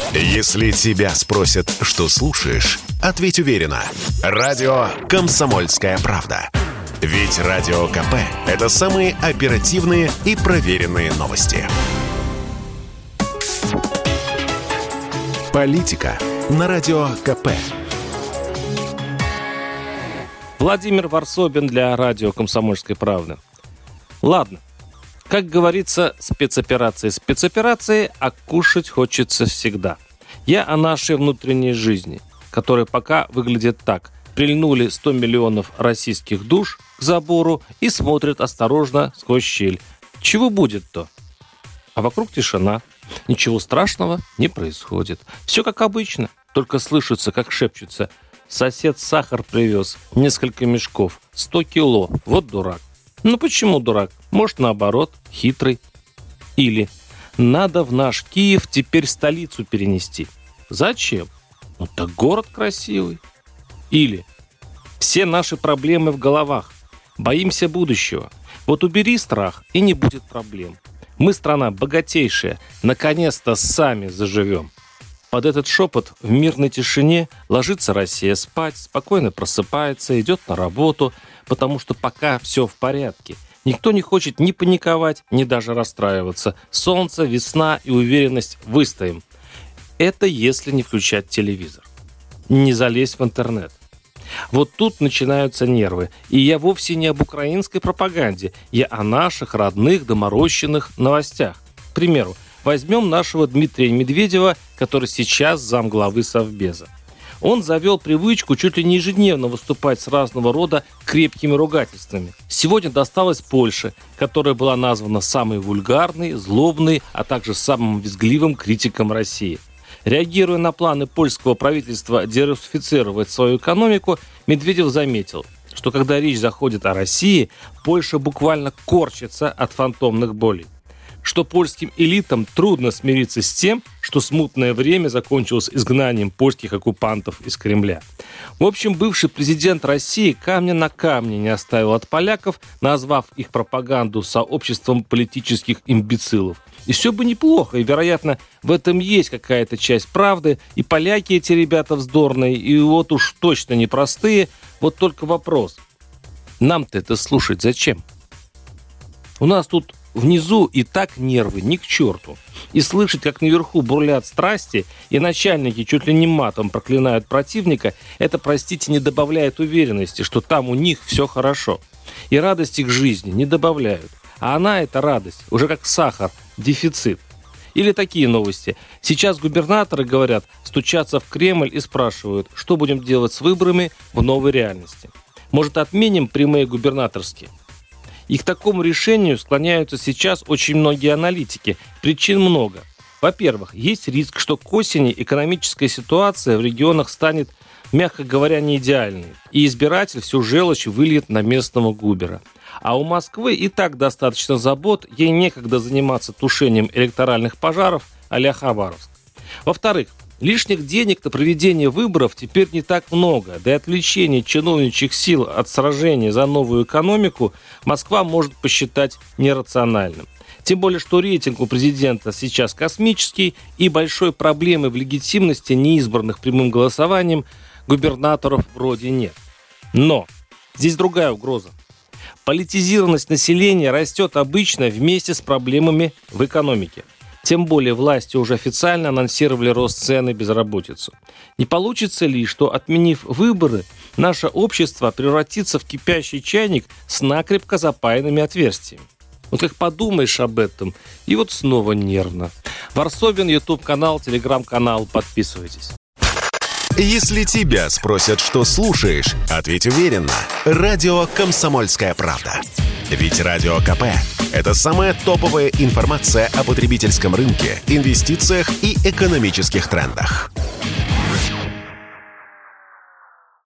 Если тебя спросят, что слушаешь, ответь уверенно. Радио «Комсомольская правда». Ведь Радио КП – это самые оперативные и проверенные новости. Политика на Радио КП. Владимир Варсобин для радио «Комсомольской правды». Ладно, как говорится, спецоперации, а кушать хочется всегда. Я о нашей внутренней жизни, которая пока выглядит так. Прильнули 100 миллионов российских душ к забору и смотрят осторожно сквозь щель. Чего будет-то? А вокруг тишина. Ничего страшного не происходит. Все как обычно, только слышится, как шепчутся. Сосед сахар привез, несколько мешков, 100 кило, вот дурак. Ну почему дурак? Может, наоборот, хитрый. Или надо в наш Киев теперь столицу перенести. Зачем? Ну так город красивый. Или все наши проблемы в головах. Боимся будущего. Вот убери страх, и не будет проблем. Мы страна богатейшая, наконец-то сами заживем. Под этот шепот в мирной тишине ложится Россия спать, спокойно просыпается, идет на работу, потому что пока все в порядке. Никто не хочет ни паниковать, ни даже расстраиваться. Солнце, весна и уверенность выстоим. Это если не включать телевизор. Не залезть в интернет. Вот тут начинаются нервы. И я вовсе не об украинской пропаганде. Я о наших родных доморощенных новостях. К примеру, возьмем нашего Дмитрия Медведева, который сейчас замглавы Совбеза. Он завел привычку чуть ли не ежедневно выступать с разного рода крепкими ругательствами. Сегодня досталось Польше, которая была названа самой вульгарной, злобной, а также самым визгливым критиком России. Реагируя на планы польского правительства дерусифицировать свою экономику, Медведев заметил, что когда речь заходит о России, Польша буквально корчится от фантомных болей. Что польским элитам трудно смириться с тем, что смутное время закончилось изгнанием польских оккупантов из Кремля. В общем, бывший президент России камня на камне не оставил от поляков, назвав их пропаганду сообществом политических имбецилов. И все бы неплохо, и, вероятно, в этом есть какая-то часть правды, и поляки эти ребята вздорные, и вот уж точно непростые. Вот только вопрос, нам-то это слушать зачем? У нас тут внизу и так нервы ни к черту. И слышать, как наверху бурлят страсти, и начальники чуть ли не матом проклинают противника, это, простите, не добавляет уверенности, что там у них все хорошо. И радости к жизни не добавляют. А она, эта радость, уже как сахар, дефицит. Или такие новости. Сейчас губернаторы, говорят, стучатся в Кремль и спрашивают, что будем делать с выборами в новой реальности. Может, отменим прямые губернаторские? И к такому решению склоняются сейчас очень многие аналитики. Причин много. Во-первых, есть риск, что к осени экономическая ситуация в регионах станет, мягко говоря, не идеальной. И избиратель всю желчь выльет на местного губера. А у Москвы и так достаточно забот, ей некогда заниматься тушением электоральных пожаров а-ля Хабаровск. Во-вторых, лишних денег на проведение выборов теперь не так много, да и отвлечение чиновничьих сил от сражения за новую экономику Москва может посчитать нерациональным. Тем более, что рейтинг у президента сейчас космический, и большой проблемы в легитимности неизбранных прямым голосованием губернаторов вроде нет. Но здесь другая угроза. Политизированность населения растет обычно вместе с проблемами в экономике. Тем более власти уже официально анонсировали рост цен и безработицу. Не получится ли, что, отменив выборы, наше общество превратится в кипящий чайник с накрепко запаянными отверстиями? Вот как подумаешь об этом, и вот снова нервно. Варсобин, YouTube-канал, Telegram-канал, подписывайтесь. Если тебя спросят, что слушаешь, ответь уверенно. Радио «Комсомольская правда». Ведь Радио КП – это самая топовая информация о потребительском рынке, инвестициях и экономических трендах.